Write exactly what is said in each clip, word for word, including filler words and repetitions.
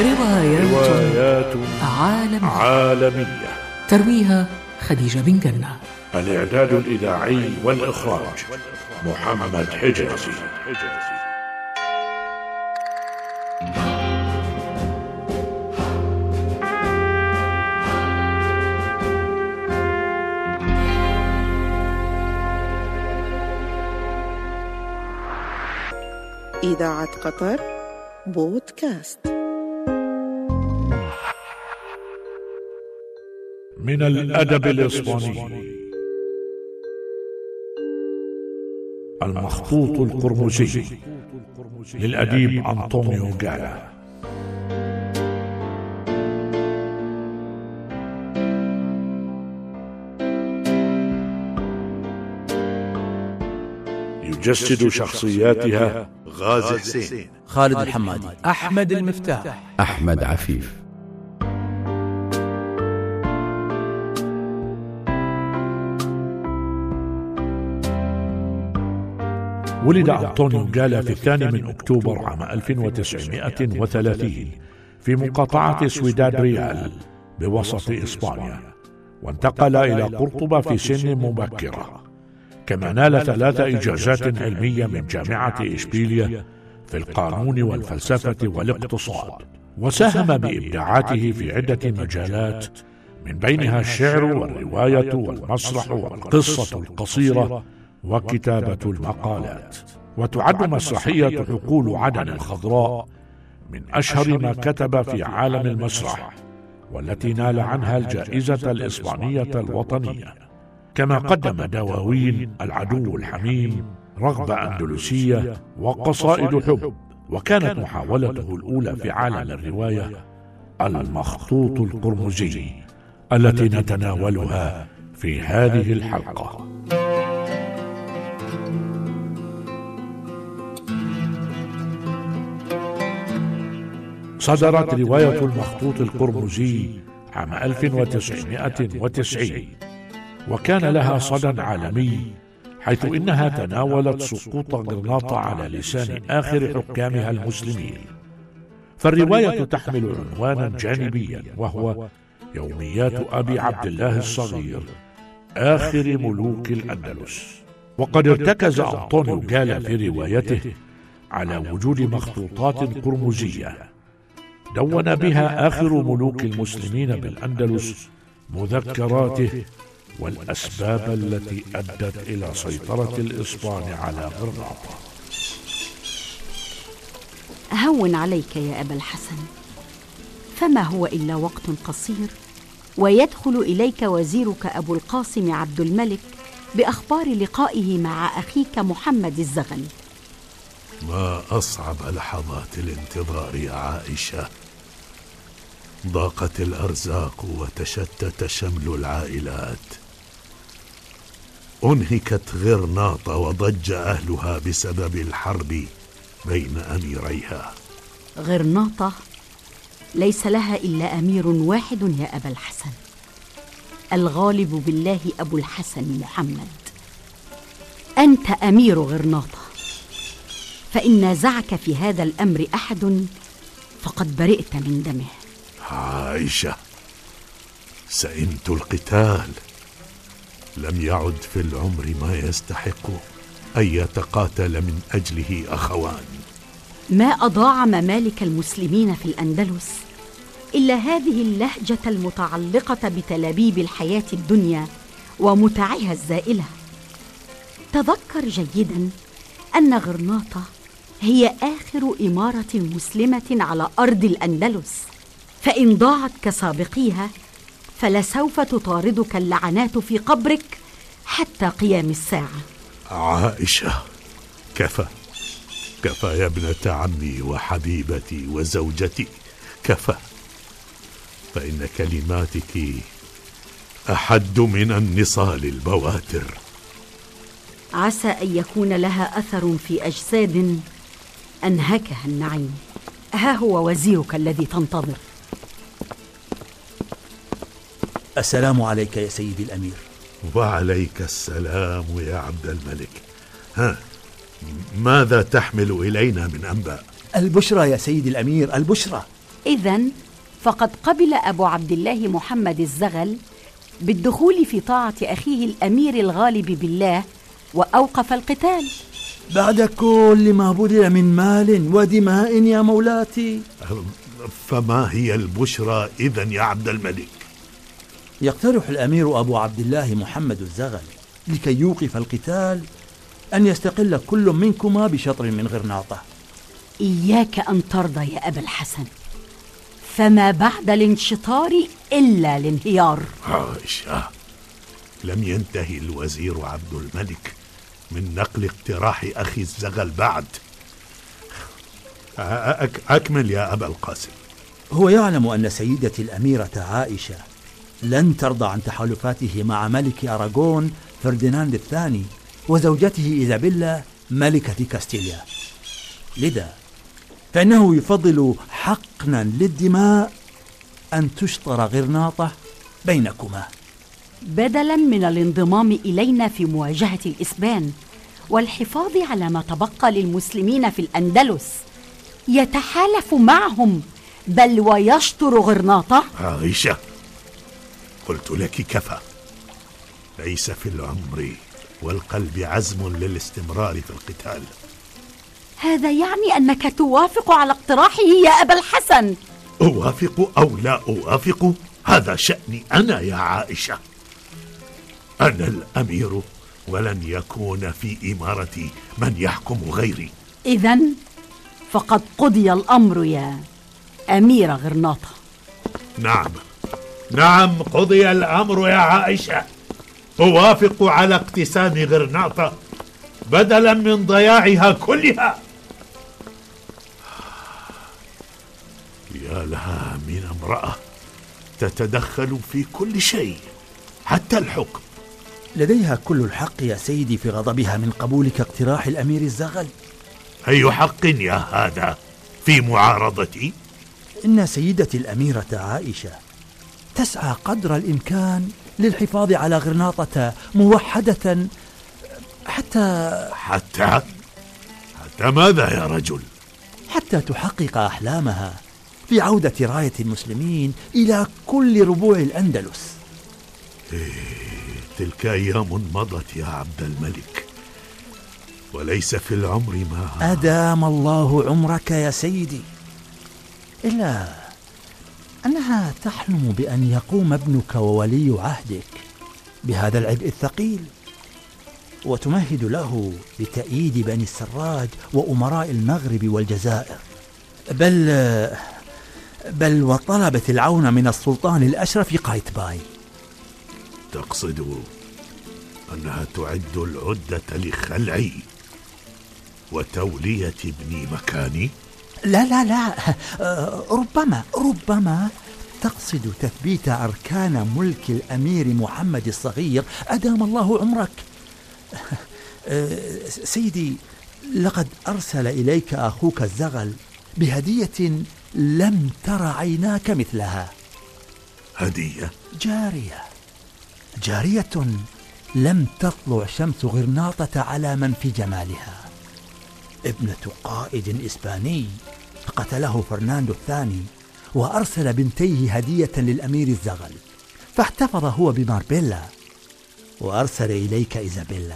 روايات, روايات عالمية. عالمية ترويها خديجة بن جنة. الإعداد الإذاعي والإخراج محمد حجازي. إذاعة قطر بودكاست. من الأدب الإسباني: المخطوط القرمزي للأديب أنطونيو غالا. يجسد شخصياتها غازي حسين، خالد الحمادي، أحمد المفتاح، أحمد عفيف. ولد أنطونيو غالا في الثاني من أكتوبر عام ألف وتسعمائة وثلاثين في مقاطعة سويداد ريال بوسط إسبانيا، وانتقل إلى قرطبة في سن مبكرة. كما نال ثلاث إجازات علمية من جامعة إشبيلية في القانون والفلسفة والاقتصاد، وساهم بإبداعاته في عدة مجالات من بينها الشعر والرواية والمسرح والقصة القصيرة وكتابة المقالات. وتعد مسرحية حقول عدن الخضراء من أشهر ما كتب في عالم المسرح، والتي نال عنها الجائزة الإسبانية الوطنية. كما قدم دواوين العدو الحميم، رغبة أندلسية، وقصائد حب. وكانت محاولته الأولى في عالم الرواية المخطوط القرمزي التي نتناولها في هذه الحلقة. صدرت رواية المخطوط القرمزي عام ألف وتسعمائة وتسعين، وكان لها صدى عالمي، حيث إنها تناولت سقوط غرناطة على لسان آخر حكامها المسلمين. فالرواية تحمل عنوانا جانبيا، وهو يوميات أبي عبد الله الصغير آخر ملوك الأندلس. وقد ارتكز أنطونيو غالا في روايته على وجود مخطوطات قرمزية دون بها آخر ملوك المسلمين بالأندلس مذكراته والأسباب التي أدت إلى سيطرة الإسبان على غرناطة. هون عليك يا أبا الحسن، فما هو إلا وقت قصير ويدخل إليك وزيرك أبو القاسم عبد الملك بأخبار لقائه مع أخيك محمد الزغل. ما أصعب لحظات الانتظار يا عائشة. ضاقت الأرزاق وتشتت شمل العائلات. أنهكت غرناطة وضج أهلها بسبب الحرب بين أميريها. غرناطة ليس لها إلا أمير واحد يا أبا الحسن، الغالب بالله أبو الحسن محمد. أنت أمير غرناطة، فإن نازعك في هذا الأمر أحد فقد برئت من دمه. عائشة، سئمت القتال. لم يعد في العمر ما يستحق أن يتقاتل من أجله أخوان. ما أضاع ممالك المسلمين في الأندلس إلا هذه اللهجة المتعلقة بتلابيب الحياة الدنيا ومتعها الزائلة. تذكر جيداً أن غرناطة هي آخر إمارة مسلمة على أرض الأندلس، فإن ضاعت كسابقيها فلسوف تطاردك اللعنات في قبرك حتى قيام الساعة. عائشة، كفى كفى يا ابنة عمي وحبيبتي وزوجتي، كفى. فإن كلماتك أحد من النصال البواتر. عسى أن يكون لها أثر في أجساد أنهكها النعيم. ها هو وزيرك الذي تنتظر. السلام عليك يا سيدي الأمير. وعليك السلام يا عبد الملك. ها، ماذا تحمل إلينا من أنباء؟ البشرى يا سيدي الأمير، البشرى. إذن فقد قبل أبو عبد الله محمد الزغل بالدخول في طاعة أخيه الأمير الغالب بالله وأوقف القتال. بعد كل ما بذل من مال ودماء يا مولاتي. فما هي البشرى إذن يا عبد الملك؟ يقترح الأمير أبو عبد الله محمد الزغل لكي يوقف القتال أن يستقل كل منكما بشطر من غرناطة. إياك أن ترضى يا أبا الحسن، فما بعد الانشطار إلا الانهيار. عائشة، لم ينتهي الوزير عبد الملك من نقل اقتراح أخي الزغل بعد. أك أكمل يا أبا القاسم. هو يعلم أن سيدتي الأميرة عائشة لن ترضى عن تحالفاته مع ملك أراغون فرديناند الثاني وزوجته إيزابيلا ملكة كاستيليا، لذا فإنه يفضل حقنا للدماء أن تشطر غرناطة بينكما، بدلا من الانضمام إلينا في مواجهة الإسبان والحفاظ على ما تبقى للمسلمين في الأندلس. يتحالف معهم بل ويشطر غرناطة. عائشة، قلت لك كفى. ليس في العمر والقلب عزم للاستمرار في القتال. هذا يعني أنك توافق على اقتراحه يا أبا الحسن. أوافق أو لا أوافق هذا شأني أنا يا عائشة. أنا الأمير ولن يكون في إمارتي من يحكم غيري. إذن فقد قضي الأمر يا أمير غرناطة. نعم نعم قضي الأمر يا عائشة. أوافق على اقتسام غرناطة بدلا من ضياعها كلها. يا لها من امرأة تتدخل في كل شيء حتى الحكم. لديها كل الحق يا سيدي في غضبها من قبولك اقتراح الأمير الزغل. أي حق يا هذا في معارضتي؟ إن سيدتي الأميرة عائشة تسعى قدر الإمكان للحفاظ على غرناطة موحدة حتى حتى حتى ماذا يا رجل؟ حتى تحقق أحلامها في عودة راية المسلمين إلى كل ربوع الأندلس. إيه، تلك أيام مضت يا عبد الملك، وليس في العمر ما أدام الله عمرك يا سيدي، إلا أنها تحلم بأن يقوم ابنك وولي عهدك بهذا العبء الثقيل، وتمهد له بتأييد بني السراج وأمراء المغرب والجزائر، بل بل وطلبت العون من السلطان الأشرف قايتباي. تقصد أنها تعد العدة لخلعي وتولية ابني مكاني؟ لا لا لا، ربما ربما تقصد تثبيت أركان ملك الأمير محمد الصغير أدام الله عمرك. سيدي، لقد أرسل إليك أخوك الزغل بهدية لم تر عيناك مثلها. هدية؟ جارية جارية لم تطلع شمس غرناطة على من في جمالها، ابنة قائد إسباني قتله فرناندو الثاني وأرسل بنتيه هدية للأمير الزغل، فاحتفظ هو بماربيلا وأرسل إليك إيزابيلا.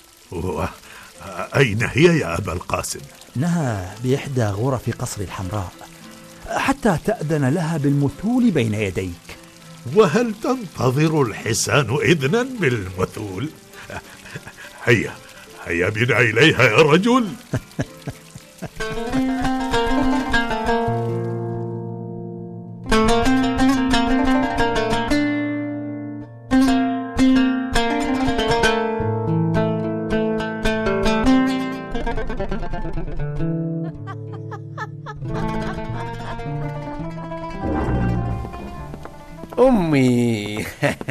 أين هي يا أبا القاسم؟ إنها بإحدى غرف قصر الحمراء حتى تأذن لها بالمثول بين يديك. وهل تنتظر الحسان إذنا بالمثول؟ هيا هيا بنا إليها يا رجل. أمي.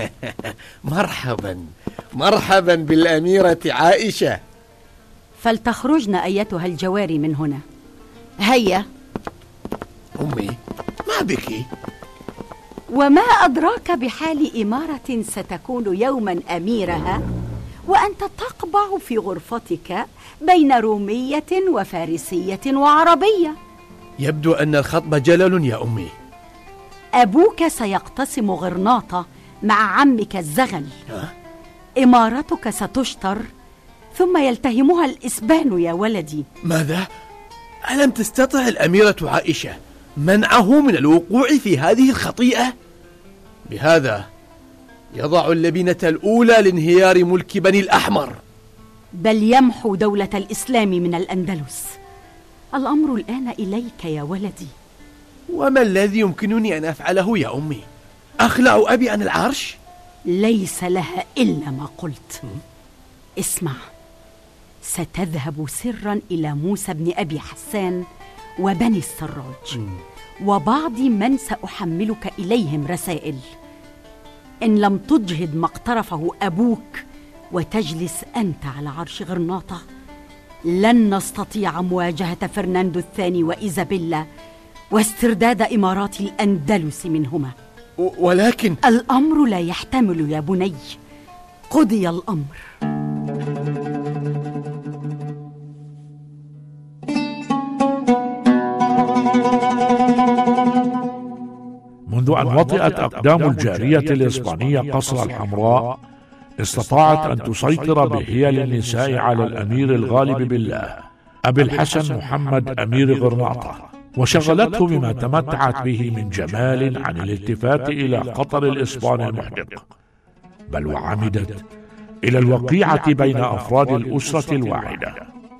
مرحبا مرحبا بالأميرة عائشة. فلتخرجن أيتها الجواري من هنا. هيا. أمي، ما بك؟ وما أدراك بحال إمارة ستكون يوما أميرها وأنت تقبع في غرفتك بين رومية وفارسية وعربية؟ يبدو أن الخطب جلل يا أمي. أبوك سيقتسم غرناطة مع عمك الزغل. ها؟ إمارتك ستشطر ثم يلتهمها الإسبان يا ولدي. ماذا؟ ألم تستطع الأميرة عائشة منعه من الوقوع في هذه الخطيئة؟ بهذا يضع اللبنة الأولى لانهيار ملك بني الأحمر، بل يمحو دولة الإسلام من الأندلس. الأمر الآن إليك يا ولدي. وما الذي يمكنني أن أفعله يا أمي؟ أخلع أبي عن العرش؟ ليس لها إلا ما قلت. اسمع، ستذهب سرا إلى موسى بن أبي حسان وبني السراج وبعض من سأحملك إليهم رسائل. إن لم تجهد ما اقترفه أبوك وتجلس أنت على عرش غرناطة، لن نستطيع مواجهة فرناندو الثاني وإيزابيلا واسترداد إمارات الأندلس منهما. ولكن الأمر لا يحتمل يا بني. قضي الأمر. منذ أن وطئت أقدام الجارية الإسبانية قصر الحمراء، استطاعت أن تسيطر بحيل النساء على الأمير الغالب بالله أبي الحسن محمد أمير غرناطة، وشغلته بما تمتعت به من جمال عن الالتفات إلى خطر الإسبان المحدق، بل وعمدت إلى الوقيعة بين أفراد الأسرة الواحدة.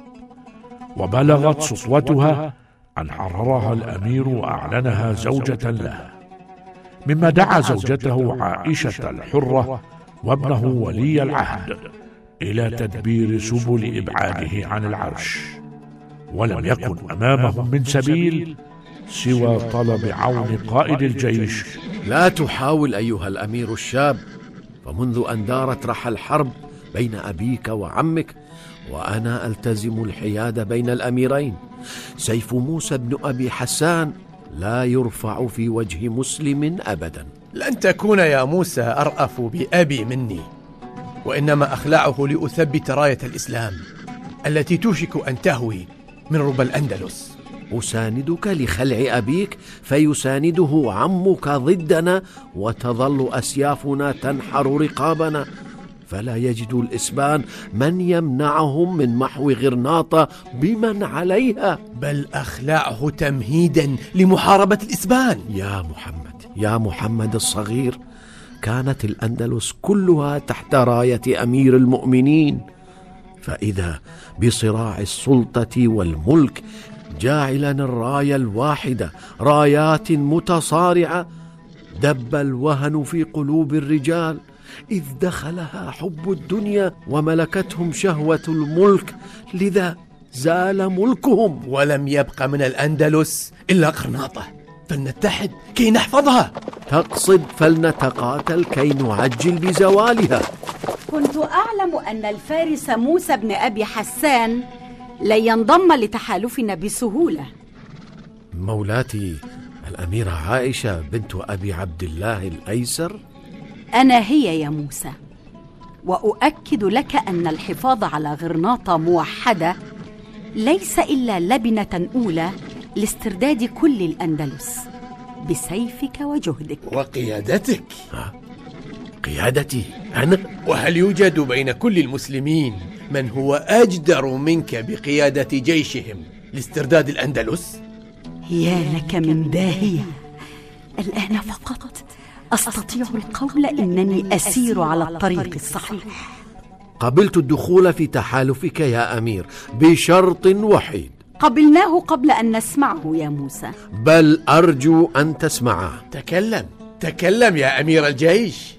وبلغت سطوتها أن حررها الأمير وأعلنها زوجة له، مما دعا زوجته عائشة الحرة وابنه ولي العهد إلى تدبير سبل إبعاده عن العرش. ولم يكن أمامهم من سبيل سوى طلب عون قائد الجيش. لا تحاول أيها الأمير الشاب، فمنذ أن دارت رحى الحرب بين أبيك وعمك وأنا ألتزم الحياد بين الأميرين. سيف موسى بن أبي حسان لا يرفع في وجه مسلم أبدا. لن تكون يا موسى أرأف بأبي مني، وإنما أخلعه لأثبت راية الإسلام التي توشك أن تهوي من ربى الأندلس. أساندك لخلع أبيك فيسانده عمك ضدنا، وتظل أسيافنا تنحر رقابنا، فلا يجد الإسبان من يمنعهم من محو غرناطة بمن عليها. بل أخلعه تمهيدا لمحاربة الإسبان. يا محمد يا محمد الصغير، كانت الأندلس كلها تحت راية أمير المؤمنين، فإذا بصراع السلطة والملك جاعلا الراية الواحدة رايات متصارعة، دب الوهن في قلوب الرجال إذ دخلها حب الدنيا وملكتهم شهوة الملك، لذا زال ملكهم ولم يبق من الأندلس إلا غرناطة، فلنتحد كي نحفظها. تقصد فلنتقاتل كي نعجل بزوالها. كنت أعلم أن الفارس موسى بن أبي حسان لن ينضم لتحالفنا بسهولة. مولاتي الأميرة عائشة بنت أبي عبد الله الأيسر؟ أنا هي يا موسى، وأؤكد لك أن الحفاظ على غرناطة موحدة ليس إلا لبنة أولى لاسترداد كل الأندلس بسيفك وجهدك وقيادتك. قيادتي أنا؟ وهل يوجد بين كل المسلمين من هو أجدر منك بقيادة جيشهم لاسترداد الأندلس؟ يا لك من داهية. الآن فقط أستطيع القول إنني أسير على الطريق الصحيح. قبلت الدخول في تحالفك يا أمير بشرط وحيد. قبلناه قبل أن نسمعه يا موسى. بل أرجو أن تسمعه. تكلم تكلم يا أمير الجيش.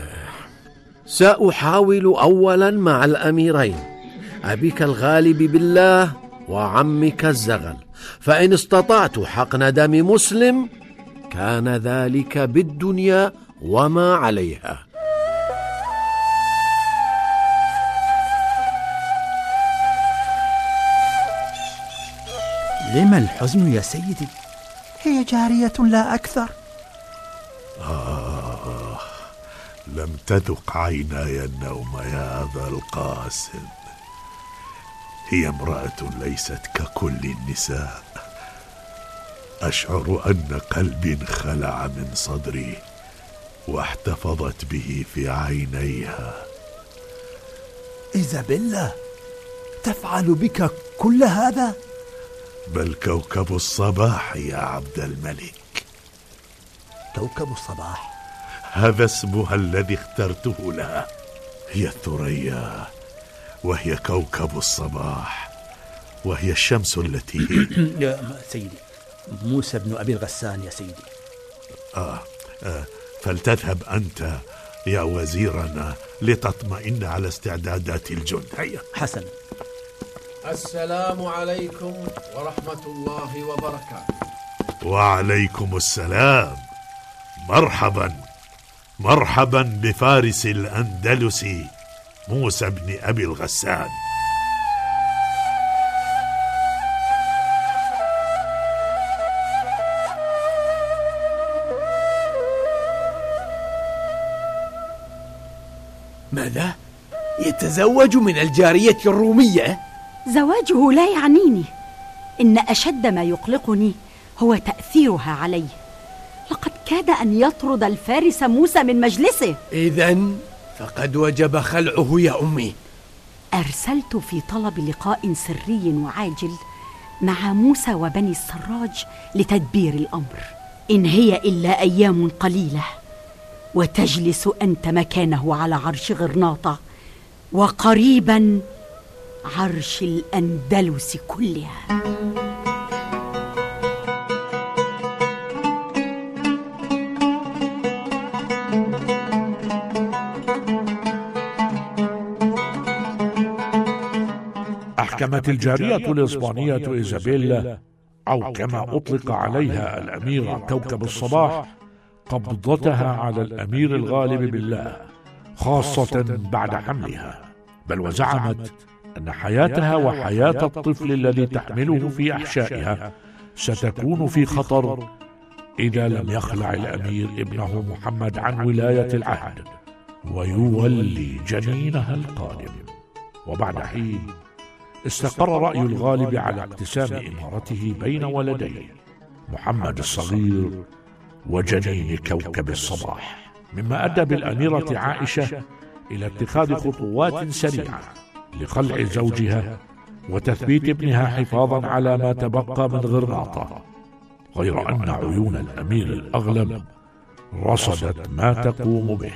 سأحاول أولا مع الأميرين أبيك الغالب بالله وعمك الزغل، فإن استطعت حقن دم مسلم كان ذلك بالدنيا وما عليها. لما الحزن يا سيدي؟ هي جارية لا أكثر. آه، لم تذق عيناي النوم يا أبا القاسم. هي امرأة ليست ككل النساء، أشعر أن قلبي انخلع من صدري واحتفظت به في عينيها. إيزابيلا تفعل بك كل هذا؟ بل كوكب الصباح يا عبد الملك. كوكب الصباح؟ هذا اسمها الذي اخترته لها. هي الثريا وهي كوكب الصباح وهي الشمس التي سيدي موسى بن أبي الغسان يا سيدي. آه, آه فلتذهب أنت يا وزيرنا لتطمئن على استعدادات الجند. هيا. حسنا. السلام عليكم ورحمة الله وبركاته. وعليكم السلام. مرحبا مرحبا بفارس الأندلس موسى بن أبي الغسان. ماذا؟ يتزوج من الجارية الرومية؟ زواجه لا يعنيني، إن أشد ما يقلقني هو تأثيرها عليه. لقد كاد أن يطرد الفارس موسى من مجلسه. إذن فقد وجب خلعه يا أمي. أرسلت في طلب لقاء سري وعاجل مع موسى وبني السراج لتدبير الأمر. إن هي إلا أيام قليلة وتجلس أنت مكانه على عرش غرناطة، وقريبا عرش الأندلس كلها. أحكمت الجارية الإسبانية إيزابيلا، أو كما أطلق عليها الأميرة كوكب الصباح، قبضتها على الأمير الغالب بالله، خاصة بعد حملها، بل وزعمت أن حياتها وحياة الطفل الذي تحمله في أحشائها ستكون في خطر إذا لم يخلع الأمير ابنه محمد عن ولاية العهد ويولي جنينها القادم. وبعد حين استقر رأي الغالب على اقتسام إمارته بين ولديه، محمد الصغير وجنين كوكب الصباح، مما أدى بالأميرة عائشة إلى اتخاذ خطوات سريعة لخلع زوجها وتثبيت ابنها حفاظا على ما تبقى من غرناطة، غير أن عيون الأمير الأغلب رصدت ما تقوم به.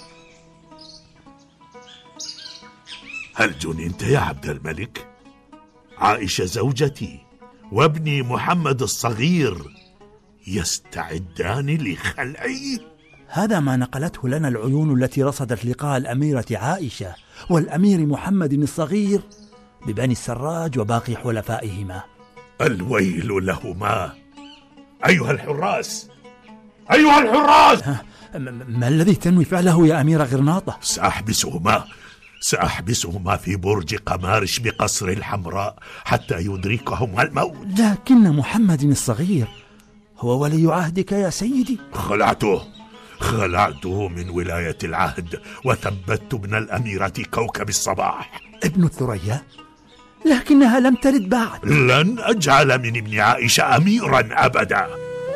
هل جننت يا عبد الملك؟ عائشة زوجتي وابني محمد الصغير يستعدان لخلعي؟ هذا ما نقلته لنا العيون التي رصدت لقاء الأميرة عائشة والأمير محمد الصغير ببني السراج وباقي حلفائهما. الويل لهما. أيها الحراس، أيها الحراس، ما الذي تنوي فعله يا أمير غرناطة؟ سأحبسهما سأحبسهما في برج قمارش بقصر الحمراء حتى يدركهما الموت. لكن محمد الصغير هو ولي عهدك يا سيدي. خلعته خلعته من ولاية العهد وثبت ابن الأميرة كوكب الصباح. ابن الثريا؟ لكنها لم تلد بعد. لن أجعل من ابن عائشة أميرا أبدا.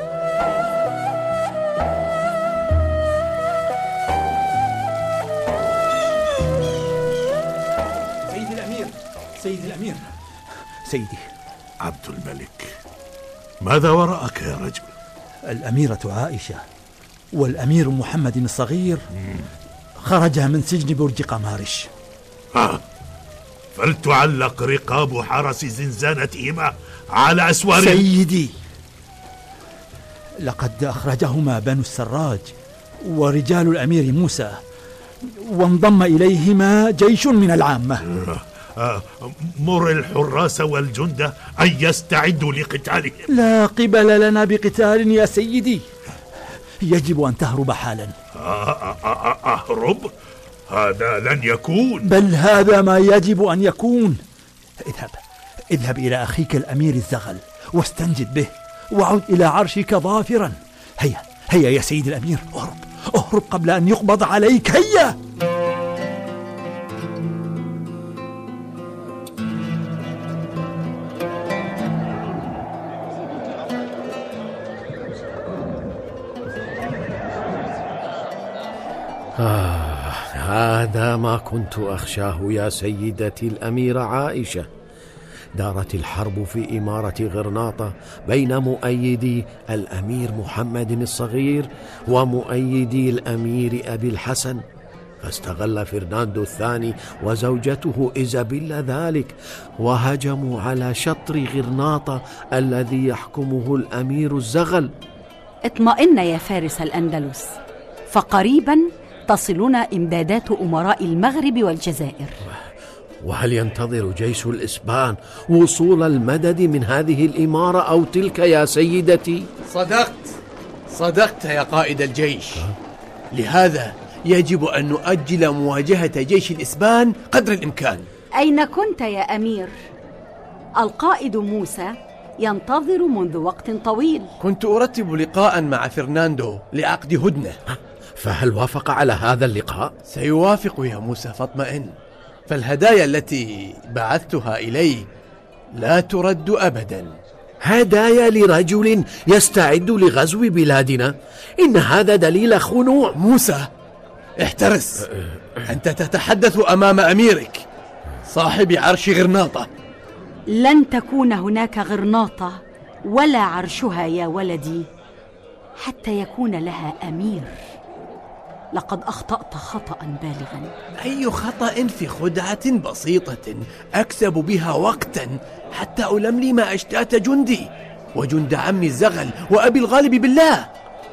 سيدي الأمير، سيدي الأمير، سيدي عبد الملك، ماذا وراءك يا رجل؟ الأميرة عائشة والأمير محمد الصغير خرجا من سجن برج قمارش. ها، فلتعلق رقاب حرس زنزانتهما على أسوار. سيدي، لقد أخرجهما بنو السراج ورجال الأمير موسى، وانضم إليهما جيش من العامة. مر الحراس والجند أن يستعدوا لقتالهم. لا قبل لنا بقتال يا سيدي، يجب أن تهرب حالا. أهرب؟ هذا لن يكون. بل هذا ما يجب أن يكون. اذهب اذهب إلى أخيك الأمير الزغل واستنجد به وعد إلى عرشك ظافرا. هيا هيا يا سيدي الأمير، اهرب اهرب قبل أن يقبض عليك. هيا. آه هذا ما كنت أخشاه يا سيدتي الأميرة عائشة. دارت الحرب في إمارة غرناطة بين مؤيدي الأمير محمد الصغير ومؤيدي الأمير أبي الحسن، فاستغل فرناندو الثاني وزوجته إيزابيلا ذلك وهجموا على شطر غرناطة الذي يحكمه الأمير الزغل. اطمئن يا فارس الأندلس، فقريبا تصلنا إمدادات أمراء المغرب والجزائر. وهل ينتظر جيش الإسبان وصول المدد من هذه الإمارة أو تلك يا سيدتي؟ صدقت صدقت يا قائد الجيش. لهذا يجب أن نؤجل مواجهة جيش الإسبان قدر الإمكان. أين كنت يا أمير؟ القائد موسى ينتظر منذ وقت طويل. كنت أرتب لقاء مع فرناندو لعقد هدنة. فهل وافق على هذا اللقاء؟ سيوافق يا موسى، فاطمئن، فالهدايا التي بعثتها إليه لا ترد أبدا. هدايا لرجل يستعد لغزو بلادنا؟ إن هذا دليل خنوع. موسى احترس، أنت تتحدث أمام أميرك صاحب عرش غرناطة. لن تكون هناك غرناطة ولا عرشها يا ولدي حتى يكون لها أمير. لقد أخطأت خطأ بالغا. أي خطأ في خدعة بسيطة أكسب بها وقتا حتى ألملم أشتات جندي وجند عمي الزغل وأبي الغالب بالله.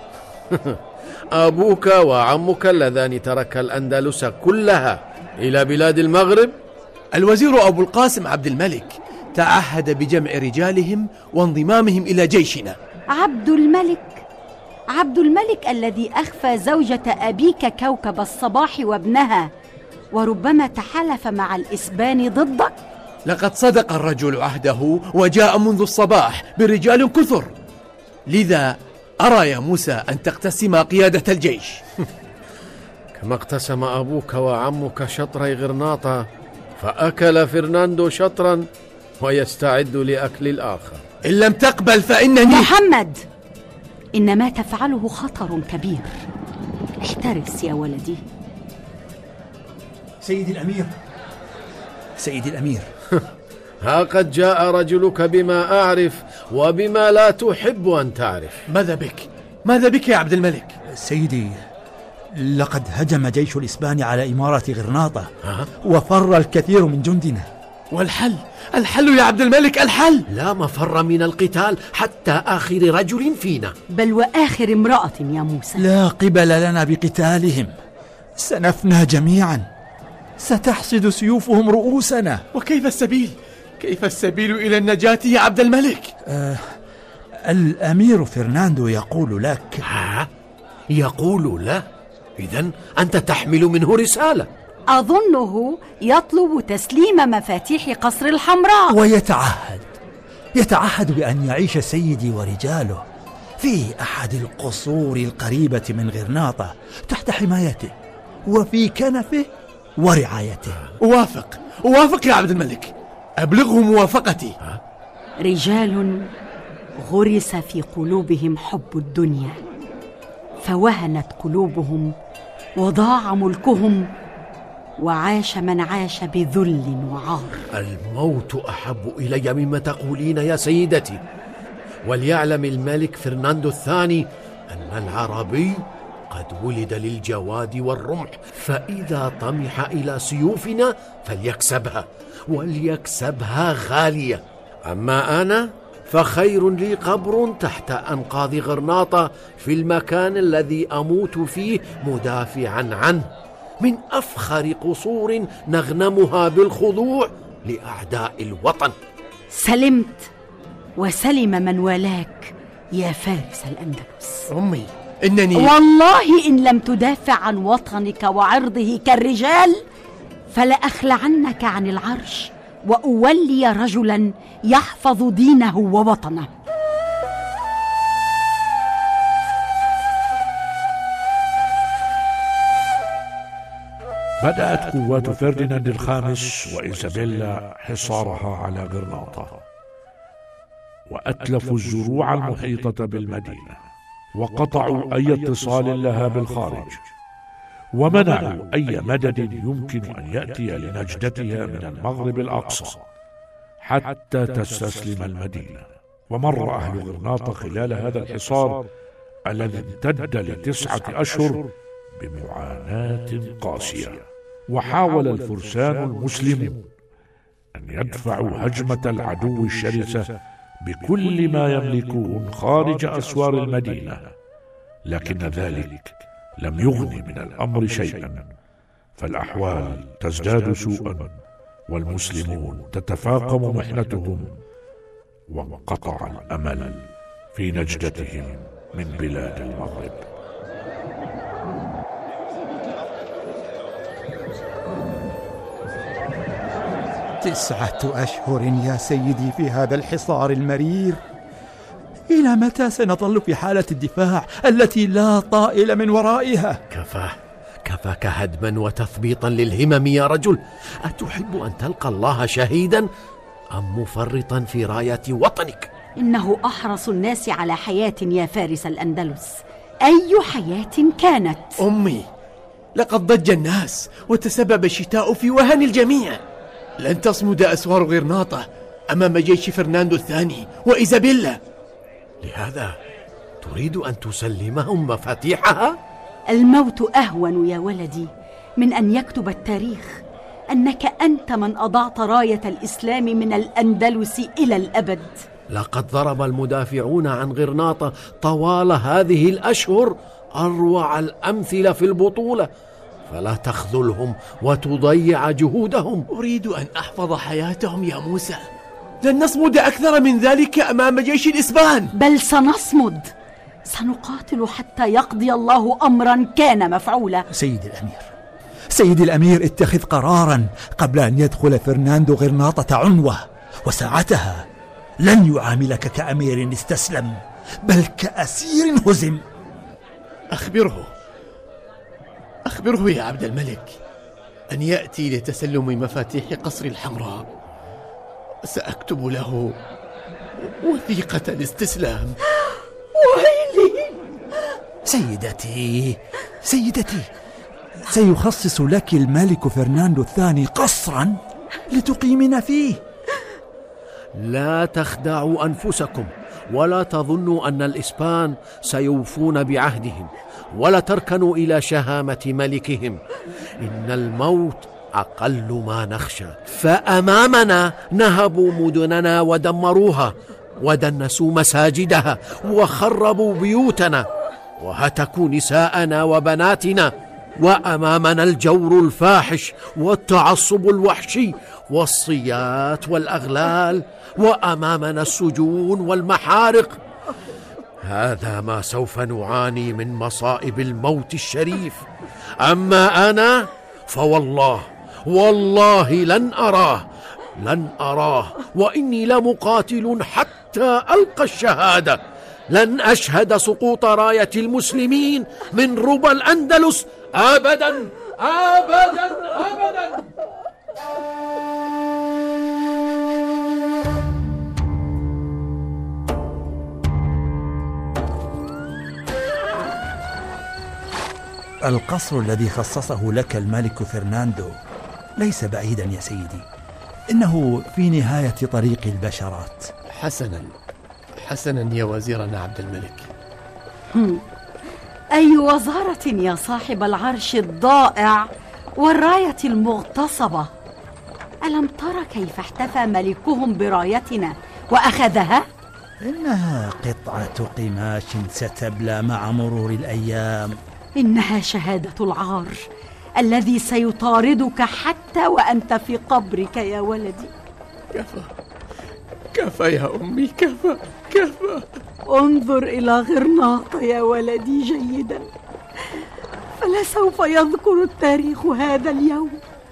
أبوك وعمك اللذان ترك الأندلس كلها إلى بلاد المغرب؟ الوزير أبو القاسم عبد الملك تعهد بجمع رجالهم وانضمامهم إلى جيشنا. عبد الملك عبد الملك الذي أخفى زوجة أبيك كوكب الصباح وابنها وربما تحالف مع الإسبان ضدك؟ لقد صدق الرجل عهده وجاء منذ الصباح برجال كثر، لذا أرى يا موسى أن تقتسم قيادة الجيش. كما اقتسم أبوك وعمك شطري غرناطة، فأكل فرناندو شطرا ويستعد لأكل الآخر. إن لم تقبل فإنني محمد، إن ما تفعله خطر كبير، احترس يا ولدي. سيدي الأمير سيدي الأمير ها قد جاء رجلك بما أعرف وبما لا تحب أن تعرف. ماذا بك؟ ماذا بك يا عبد الملك؟ سيدي، لقد هجم جيش الإسبان على إمارة غرناطة وفر الكثير من جندنا. والحل؟ الحل يا عبد الملك، الحل؟ لا مفر من القتال حتى آخر رجل فينا، بل وآخر امرأة يا موسى. لا قبل لنا بقتالهم، سنفنى جميعا، ستحصد سيوفهم رؤوسنا. وكيف السبيل؟ كيف السبيل إلى النجاة يا عبد الملك؟ آه الأمير فرناندو يقول لك. ها؟ يقول له؟ إذن أنت تحمل منه رسالة. أظنه يطلب تسليم مفاتيح قصر الحمراء، ويتعهد يتعهد بأن يعيش سيدي ورجاله في أحد القصور القريبة من غرناطة تحت حمايته وفي كنفه ورعايته. أوافق أوافق يا عبد الملك، أبلغه موافقتي. رجال غرس في قلوبهم حب الدنيا، فوهنت قلوبهم وضاع ملكهم، وعاش من عاش بذل وعار. الموت أحب إلي مما تقولين يا سيدتي. وليعلم الملك فرناندو الثاني أن العربي قد ولد للجواد والرمح، فإذا طمح إلى سيوفنا فليكسبها، وليكسبها غالية. أما أنا فخير لي قبر تحت أنقاض غرناطة في المكان الذي أموت فيه مدافعا عنه، من أفخر قصور نغنمها بالخضوع لأعداء الوطن. سلمت وسلم من والاك يا فارس الأندلس. أمي، إنني والله إن لم تدافع عن وطنك وعرضه كالرجال فلأخلعنك عن العرش وأولي رجلا يحفظ دينه ووطنه. بدأت قوات فرديناند الخامس وإيزابيلا حصارها على غرناطة، وأتلفوا الزروع المحيطة بالمدينة، وقطعوا أي اتصال لها بالخارج، ومنعوا أي مدد يمكن أن يأتي لنجدتها من المغرب الأقصى حتى تستسلم المدينة. ومر أهل غرناطة خلال هذا الحصار الذي امتد لتسعة أشهر بمعاناة قاسية. وحاول الفرسان المسلمون أن يدفعوا هجمة العدو الشرسة بكل ما يملكون خارج أسوار المدينة، لكن ذلك لم يغن من الأمر شيئا، فالأحوال تزداد سوءا والمسلمون تتفاقم محنتهم، وانقطع الأمل في نجدتهم من بلاد المغرب. تسعة أشهر يا سيدي في هذا الحصار المرير. إلى متى سنظل في حالة الدفاع التي لا طائل من ورائها؟ كفى كفاك هدما وتثبيطا للهمم يا رجل. أتحب أن تلقى الله شهيدا أم مفرطا في راية وطنك؟ إنه أحرص الناس على حياة يا فارس الأندلس، أي حياة كانت. أمي، لقد ضج الناس وتسبب الشتاء في وهن الجميع. لن تصمد أسوار غرناطة أمام جيش فرناندو الثاني وإيزابيلا. لهذا تريد أن تسلمهم مفاتيحها؟ الموت أهون يا ولدي من أن يكتب التاريخ أنك أنت من أضعت راية الإسلام من الأندلس إلى الأبد. لقد ضرب المدافعون عن غرناطة طوال هذه الأشهر أروع الأمثلة في البطولة، فلا تخذلهم وتضيع جهودهم. أريد أن أحفظ حياتهم يا موسى. لن نصمد أكثر من ذلك أمام جيش الإسبان، بل سنصمد، سنقاتل حتى يقضي الله أمرا كان مفعولا. سيدي الأمير سيدي الأمير اتخذ قرارا قبل أن يدخل فرناندو غرناطة عنوة، وساعتها لن يعاملك كأمير استسلم بل كأسير هزم. أخبره أخبره يا عبد الملك أن يأتي لتسلم مفاتيح قصر الحمراء. سأكتب له وثيقة الاستسلام. ويلي سيدتي سيدتي سيخصص لك الملك فرناندو الثاني قصرا لتقيمين فيه. لا تخدعوا أنفسكم ولا تظنوا أن الإسبان سيوفون بعهدهم ولا تركنوا إلى شهامة ملكهم. إن الموت أقل ما نخشى، فأمامنا نهبوا مدننا ودمروها ودنسوا مساجدها وخربوا بيوتنا وهتكوا نساءنا وبناتنا، وأمامنا الجور الفاحش والتعصب الوحشي والصيات والأغلال، وأمامنا السجون والمحارق. هذا ما سوف نعاني من مصائب الموت الشريف. أما أنا فوالله والله لن أراه لن أراه وإني لمقاتل حتى ألقى الشهادة. لن أشهد سقوط راية المسلمين من ربى الأندلس أبدا أبدا أبدا. القصر الذي خصصه لك الملك فرناندو ليس بعيدا يا سيدي، إنه في نهاية طريق البشرات. حسنا حسنا يا وزيرنا عبد الملك. أي وزارة يا صاحب العرش الضائع والراية المغتصبة؟ ألم تر كيف احتفى ملكهم برايتنا وأخذها؟ إنها قطعة قماش ستبلى مع مرور الأيام. إنها شهادة العار الذي سيطاردك حتى وأنت في قبرك يا ولدي. كفى كفى يا أمي، كفى كفى. انظر إلى غرناطة يا ولدي جيدا، فلسوف يذكر التاريخ هذا اليوم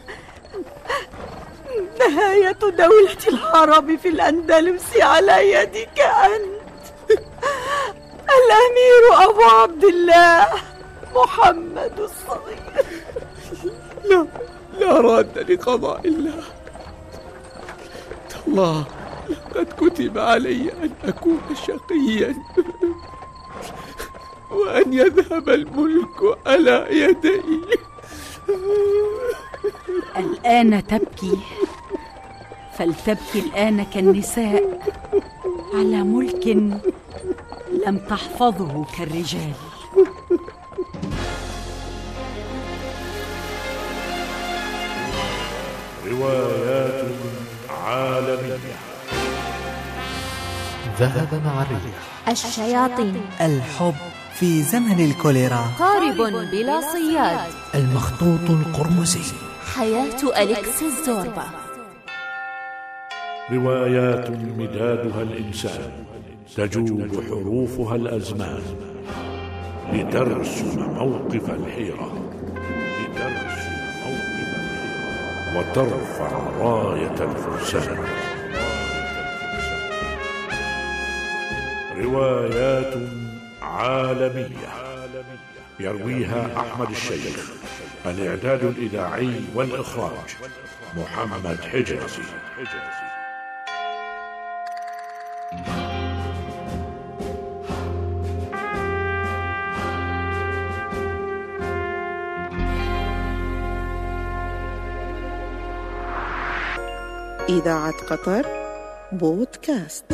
نهاية دولة العرب في الأندلس على يدك أنت الأمير أبو عبد الله محمد الصغير. لا لا راد لقضاء الله. تالله لقد كتب علي أن أكون شقيا وأن يذهب الملك على يدي. الآن تبكي، فلتبكي الآن كالنساء على ملك لم تحفظه كالرجال. روايات عالمية. ذهب مع الريح. الشياطين. الحب في زمن الكوليرا. قارب بلا صياد. المخطوط القرمزي. حياة أليكس الزوربا. روايات مدادها الإنسان، تجوب حروفها الأزمان لترسم موقف الحيرة، لترسم موقف الحيرة وترفع راية الفرسان. روايات عالمية يرويها أحمد الشيخ. الإعداد الإذاعي والإخراج محمد حجازي. إذاعة قطر بودكاست.